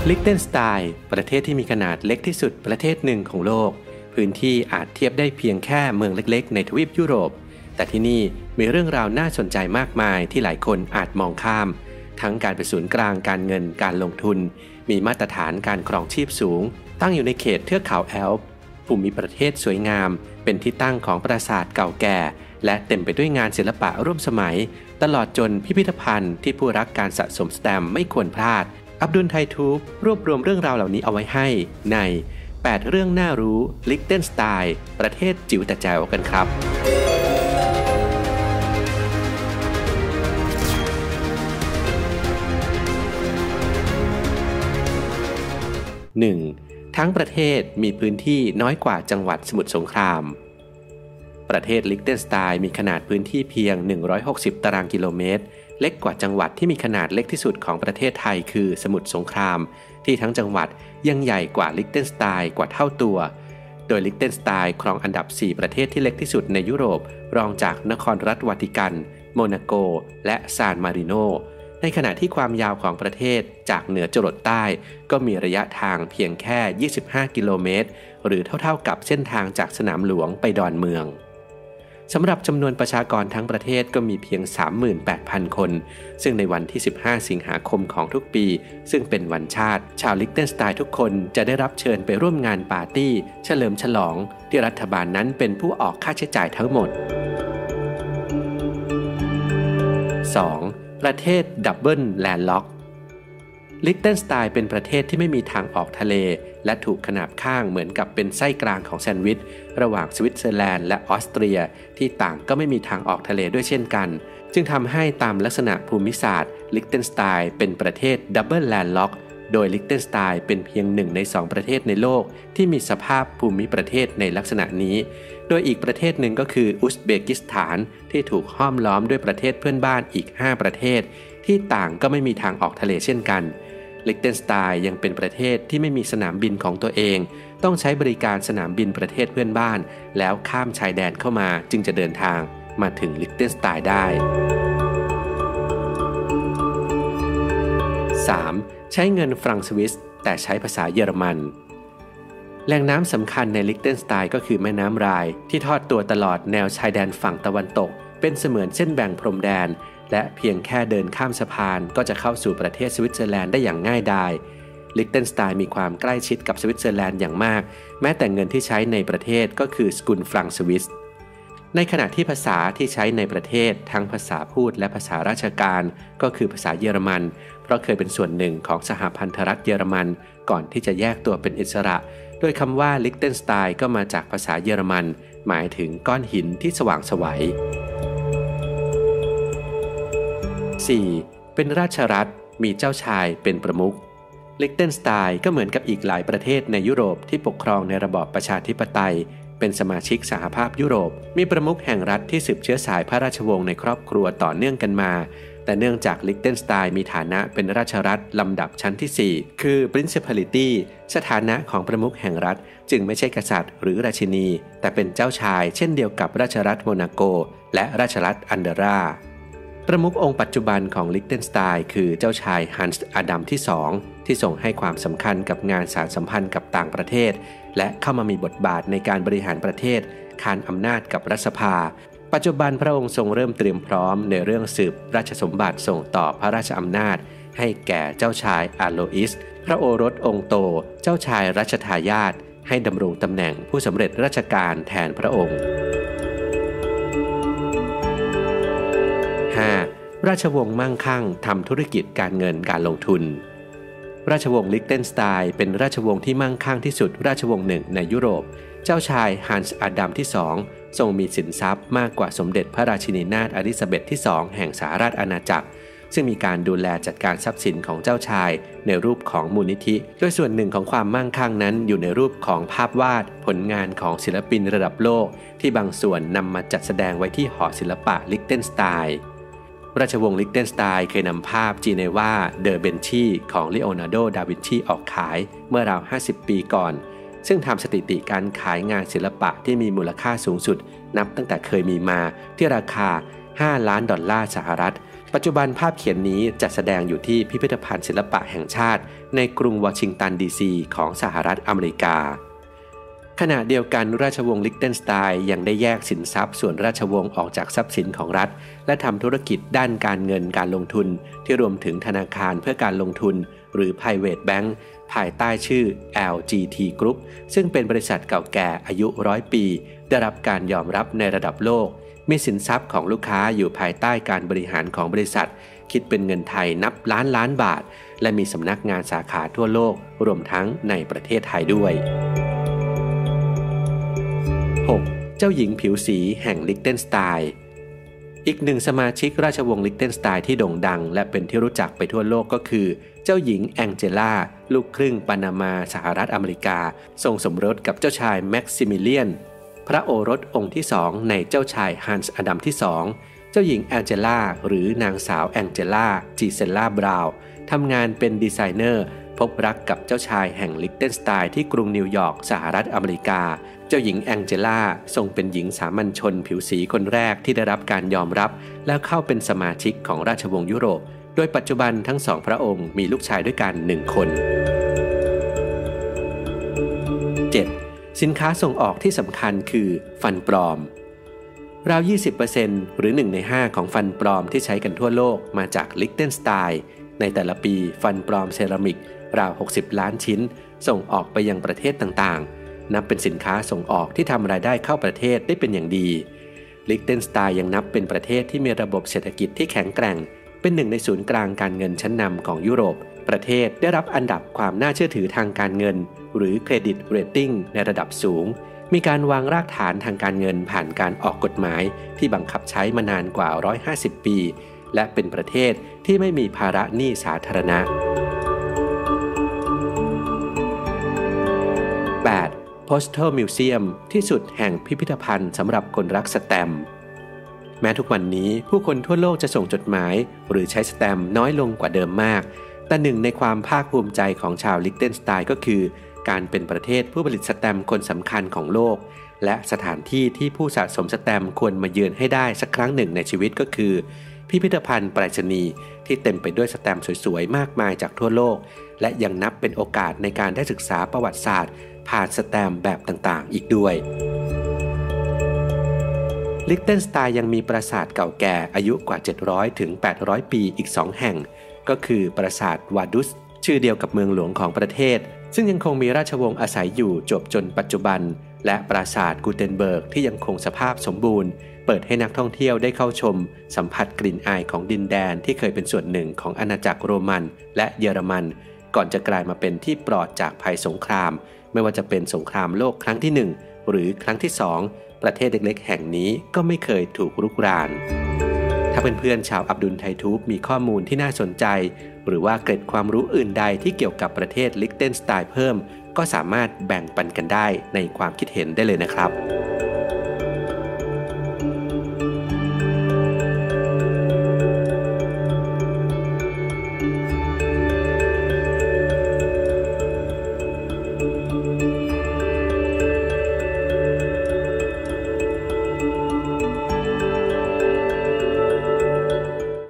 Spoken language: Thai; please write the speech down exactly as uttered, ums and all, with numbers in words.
ลิกเทนสไตน์ประเทศที่มีขนาดเล็กที่สุดประเทศหนึ่งของโลกพื้นที่อาจเทียบได้เพียงแค่เมืองเล็กๆในทวีปยุโรปแต่ที่นี่มีเรื่องราวน่าสนใจมากมายที่หลายคนอาจมองข้ามทั้งการเป็นศูนย์กลางการเงินการลงทุนมีมาตรฐานการครองชีพสูงตั้งอยู่ในเขตเทือกเขาแอลป์ภูมิประเทศสวยงามเป็นที่ตั้งของปราสาทเก่าแก่และเต็มไปด้วยงานศิลปะร่วมสมัยตลอดจนพิพิธภัณฑ์ที่ผู้รักการสะสมสแตมป์ไม่ควรพลาดอับดุลไททูบรวบรวมเรื่องราวเหล่านี้เอาไว้ให้ในแปดเรื่องน่ารู้ลิกเทนสไตน์ประเทศจิ๋วแต่แจ๋วกันครับ หนึ่ง. ทั้งประเทศมีพื้นที่น้อยกว่าจังหวัดสมุทรสงครามประเทศลิกเทนสไตน์มีขนาดพื้นที่เพียงหนึ่งร้อยหกสิบตารางกิโลเมตรเล็กกว่าจังหวัดที่มีขนาดเล็กที่สุดของประเทศไทยคือสมุทรสงครามที่ทั้งจังหวัดยังใหญ่กว่าลิกเทนสไตน์กว่าเท่าตัวโดยลิกเทนสไตน์ครองอันดับสี่ประเทศที่เล็กที่สุดในยุโรปรองจากนครรัฐวาติกันโมนาโกและซานมาริโนในขณะที่ความยาวของประเทศจากเหนือจรดใต้ก็มีระยะทางเพียงแค่ยี่สิบห้ากิโลเมตรหรือเท่าๆกับเส้นทางจากสนามหลวงไปดอนเมืองสำหรับจำนวนประชากรทั้งประเทศก็มีเพียง สามหมื่นแปดพัน คนซึ่งในวันที่สิบห้าสิงหาคมของทุกปีซึ่งเป็นวันชาติชาวลิกเทนสไตน์ทุกคนจะได้รับเชิญไปร่วมงานปาร์ตี้เฉลิมฉลองที่รัฐบาลนั้นเป็นผู้ออกค่าใช้จ่ายทั้งหมด สอง. ประเทศดับเบิลแลนด์ล็อกลิกเทนสไตน์เป็นประเทศที่ไม่มีทางออกทะเลและถูกขนาบข้างเหมือนกับเป็นไส้กลางของแซนด์วิชระหว่างสวิตเซอร์แลนด์และออสเตรียที่ต่างก็ไม่มีทางออกทะเลด้วยเช่นกันจึงทำให้ตามลักษณะภูมิศาสตร์ลิกเทนสไตน์เป็นประเทศดับเบิลแลนด์ล็อกโดยลิกเทนสไตน์เป็นเพียงหนึ่งในสองประเทศในโลกที่มีสภาพภูมิประเทศในลักษณะนี้โดยอีกประเทศหนึ่งก็คืออุซเบกิสถานที่ถูกห้อมล้อมด้วยประเทศเพื่อนบ้านอีกห้าประเทศที่ต่างก็ไม่มีทางออกทะเลเช่นกันลิกเทนสไตน์ยังเป็นประเทศที่ไม่มีสนามบินของตัวเองต้องใช้บริการสนามบินประเทศเพื่อนบ้านแล้วข้ามชายแดนเข้ามาจึงจะเดินทางมาถึงลิกเทนสไตน์ได้ สาม. ใช้เงินฟรังก์สวิสแต่ใช้ภาษาเยอรมันแหล่งน้ำสำคัญในลิกเทนสไตน์ก็คือแม่น้ำไรน์ที่ทอดตัวตลอดแนวชายแดนฝั่งตะวันตกเป็นเสมือนเส้นแบ่งพรมแดนและเพียงแค่เดินข้ามสะพานก็จะเข้าสู่ประเทศสวิตเซอร์แลนด์ได้อย่างง่ายดายลิกเทนสไตน์มีความใกล้ชิดกับสวิตเซอร์แลนด์อย่างมากแม้แต่เงินที่ใช้ในประเทศก็คือสกุลฟรังก์สวิสในขณะที่ภาษาที่ใช้ในประเทศทั้งภาษาพูดและภาษาราชการก็คือภาษาเยอรมันเพราะเคยเป็นส่วนหนึ่งของสหพันธรัฐเยอรมันก่อนที่จะแยกตัวเป็นอิสระโดยคำว่าลิกเทนสไตน์ก็มาจากภาษาเยอรมันหมายถึงก้อนหินที่สว่างไสว สี่. เป็นราชรัฐมีเจ้าชายเป็นประมุขลิกเทนสไตน์ก็เหมือนกับอีกหลายประเทศในยุโรปที่ปกครองในระบอบประชาธิปไตยเป็นสมาชิกสหภาพยุโรปมีประมุขแห่งรัฐที่สืบเชื้อสายพระราชวงศ์ในครอบครัวต่อเนื่องกันมาแต่เนื่องจากลิกเทนสไตน์มีฐานะเป็นราชรัฐลำดับชั้นที่สี่คือ Principality สถานะของประมุขแห่งรัฐจึงไม่ใช่กษัตริย์หรือราชินีแต่เป็นเจ้าชายเช่นเดียวกับราชรัฐโมนาโกและราชรัฐอันเดราประมุของค์ปัจจุบันของลิกเทนสไตน์คือเจ้าชายฮันส์อดัมที่สองที่ทรงให้ความสำคัญกับงานสารสัมพันธ์กับต่างประเทศและเข้ามามีบทบาทในการบริหารประเทศคานอำนาจกับรัฐสภาปัจจุบันพระองค์ทรงเริ่มเตรียมพร้อมในเรื่องสืบราชสมบัติส่งต่อพระราชอำนาจให้แก่เจ้าชายอาโลอิสพระโอรสองค์โตเจ้าชายรัชทายาทให้ดำรงตำแหน่งผู้สำเร็จราชการแทนพระองค์ห้า. ราชวงศ์มั่งคั่งทำธุรกิจการเงินการลงทุนราชวงศ์ลิกเทนสไตน์เป็นราชวงศ์ที่มั่งคั่งที่สุดราชวงศ์หนึ่งในยุโรปเจ้าชายฮันส์อดัมที่สองทรงมีสินทรัพย์มากกว่าสมเด็จพระราชินีนาถอลิซาเบธที่สองแห่งสหราชอาณาจักรซึ่งมีการดูแลจัดการทรัพย์สินของเจ้าชายในรูปของมูลนิธิโดยส่วนหนึ่งของความมั่งคั่งนั้นอยู่ในรูปของภาพวาดผลงานของศิลปินระดับโลกที่บางส่วนนำมาจัดแสดงไว้ที่หอศิลปะลิกเทนสไตน์ราชวงศ์ลิกเทนสไตน์เคยนำภาพจีเนวาเดอเบนชีของลีโอนาร์โดดาวินชีออกขายเมื่อราวห้าสิบปีก่อนซึ่งทำสถิติการขายงานศิลปะที่มีมูลค่าสูงสุดนับตั้งแต่เคยมีมาที่ราคาห้าล้านดอลลาร์สหรัฐปัปัจจุบันภาพเขียนนี้จัดแสดงอยู่ที่พิพิธภัณฑ์ศิลปะแห่งชาติในกรุงวอชิงตันดีซีของสหรัฐอเมริกาขณะเดียวกันราชวงศ์ลิคเทนสไตน์ยังได้แยกสินทรัพย์ส่วนราชวงศ์ออกจากทรัพย์สินของรัฐและทำธุรกิจด้านการเงินการลงทุนที่รวมถึงธนาคารเพื่อการลงทุนหรือ Private Bank ภายใต้ชื่อ แอล จี ที Group ซึ่งเป็นบริษัทเก่าแก่อายุร้อยปีได้รับการยอมรับในระดับโลกมีสินทรัพย์ของลูกค้าอยู่ภายใต้การบริหารของบริษัทคิดเป็นเงินไทยนับล้านล้านบาทและมีสำนักงานสาขาทั่วโลกรวมทั้งในประเทศไทยด้วยหกเจ้าหญิงผิวสีแห่งลิคเทนสไตน์อีกหนึ่งสมาชิกราชวงศ์ลิคเทนสไตน์ที่โด่งดังและเป็นที่รู้จักไปทั่วโลกก็คือเจ้าหญิงแองเจล่าลูกครึ่งปานามาสหรัฐอเมริกาทรงสมรสกับเจ้าชายแม็กซิมิเลียนพระโอรสองค์ที่สองในเจ้าชายฮันส์อดัมที่สองเจ้าหญิงแองเจล่าหรือนางสาวแองเจล่าจีเซลล่าบราวน์ทำงานเป็นดีไซเนอร์พบรักกับเจ้าชายแห่งลิคเทนสไตน์ที่กรุงนิวยอร์กสหรัฐอเมริกาเจ้าหญิงแองเจล่าทรงเป็นหญิงสามัญชนผิวสีคนแรกที่ได้รับการยอมรับและเข้าเป็นสมาชิกของราชวงศ์ยุโรปโดยปัจจุบันทั้งสองพระองค์มีลูกชายด้วยกันหนึ่งคน เจ็ด. สินค้าส่งออกที่สำคัญคือฟันปลอมราว ยี่สิบเปอร์เซ็นต์ หรือหนึ่งในห้าของฟันปลอมที่ใช้กันทั่วโลกมาจากลิคเทนสไตน์ในแต่ละปีฟันปลอมเซรามิกราวหกสิบล้านชิ้นส่งออกไปยังประเทศต่างๆนับเป็นสินค้าส่งออกที่ทำรายได้เข้าประเทศได้เป็นอย่างดีลิคเทนสไตน์ยังนับเป็นประเทศที่มีระบบเศรษฐกิจที่แข็งแกร่งเป็นหนึ่งในศูนย์กลางการเงินชั้นนำของยุโรปประเทศได้รับอันดับความน่าเชื่อถือทางการเงินหรือเครดิตเรตติ้งในระดับสูงมีการวางรากฐานทางการเงินผ่านการออกกฎหมายที่บังคับใช้มานานกว่าหนึ่งร้อยห้าสิบปีและเป็นประเทศที่ไม่มีภาระหนี้สาธารณะ แปด. Postal Museum ที่สุดแห่งพิพิธภัณฑ์สำหรับคนรักสแตมป์แม้ทุกวันนี้ผู้คนทั่วโลกจะส่งจดหมายหรือใช้สแตมป์น้อยลงกว่าเดิมมากแต่หนึ่งในความภาคภูมิใจของชาวลิคเทนสไตน์ก็คือการเป็นประเทศผู้ผลิตสแตมป์คนสำคัญของโลกและสถานที่ที่ผู้สะสมสแตมป์ควรมาเยือนให้ได้สักครั้งหนึ่งในชีวิตก็คือพิพิธภัณฑ์ไปรษณีย์ที่เต็มไปด้วยสแตมป์สวยๆมากมายจากทั่วโลกและยังนับเป็นโอกาสในการได้ศึกษาประวัติศาสตร์ผ่านสแตมป์แบบต่างๆอีกด้วยลิคเทนสไตน์ยังมีปราสาทเก่าแก่อายุกว่าเจ็ดร้อยถึงแปดร้อยปีอีกสองแห่งก็คือปราสาทวาดุสชื่อเดียวกับเมืองหลวงของประเทศซึ่งยังคงมีราชวงศ์อาศัยอยู่จบจนปัจจุบันและปราสาทกูเทนเบิร์กที่ยังคงสภาพสมบูรณ์เปิดให้นักท่องเที่ยวได้เข้าชมสัมผัสกลิ่นอายของดินแดนที่เคยเป็นส่วนหนึ่งของอาณาจักรโรมันและเยอรมันก่อนจะกลายมาเป็นที่ปลอดจากภัยสงครามไม่ว่าจะเป็นสงครามโลกครั้งที่หนึ่งหรือครั้งที่สองประเทศเล็กๆแห่งนี้ก็ไม่เคยถูกรุกรานถ้าเพื่อนๆชาวอับดุลไททูบมีข้อมูลที่น่าสนใจหรือว่าเกร็ดความรู้อื่นใดที่เกี่ยวกับประเทศลิคเทนสไตน์เพิ่มก็สามารถแบ่งปันกันได้ในความคิดเห็นได้เลยนะครับ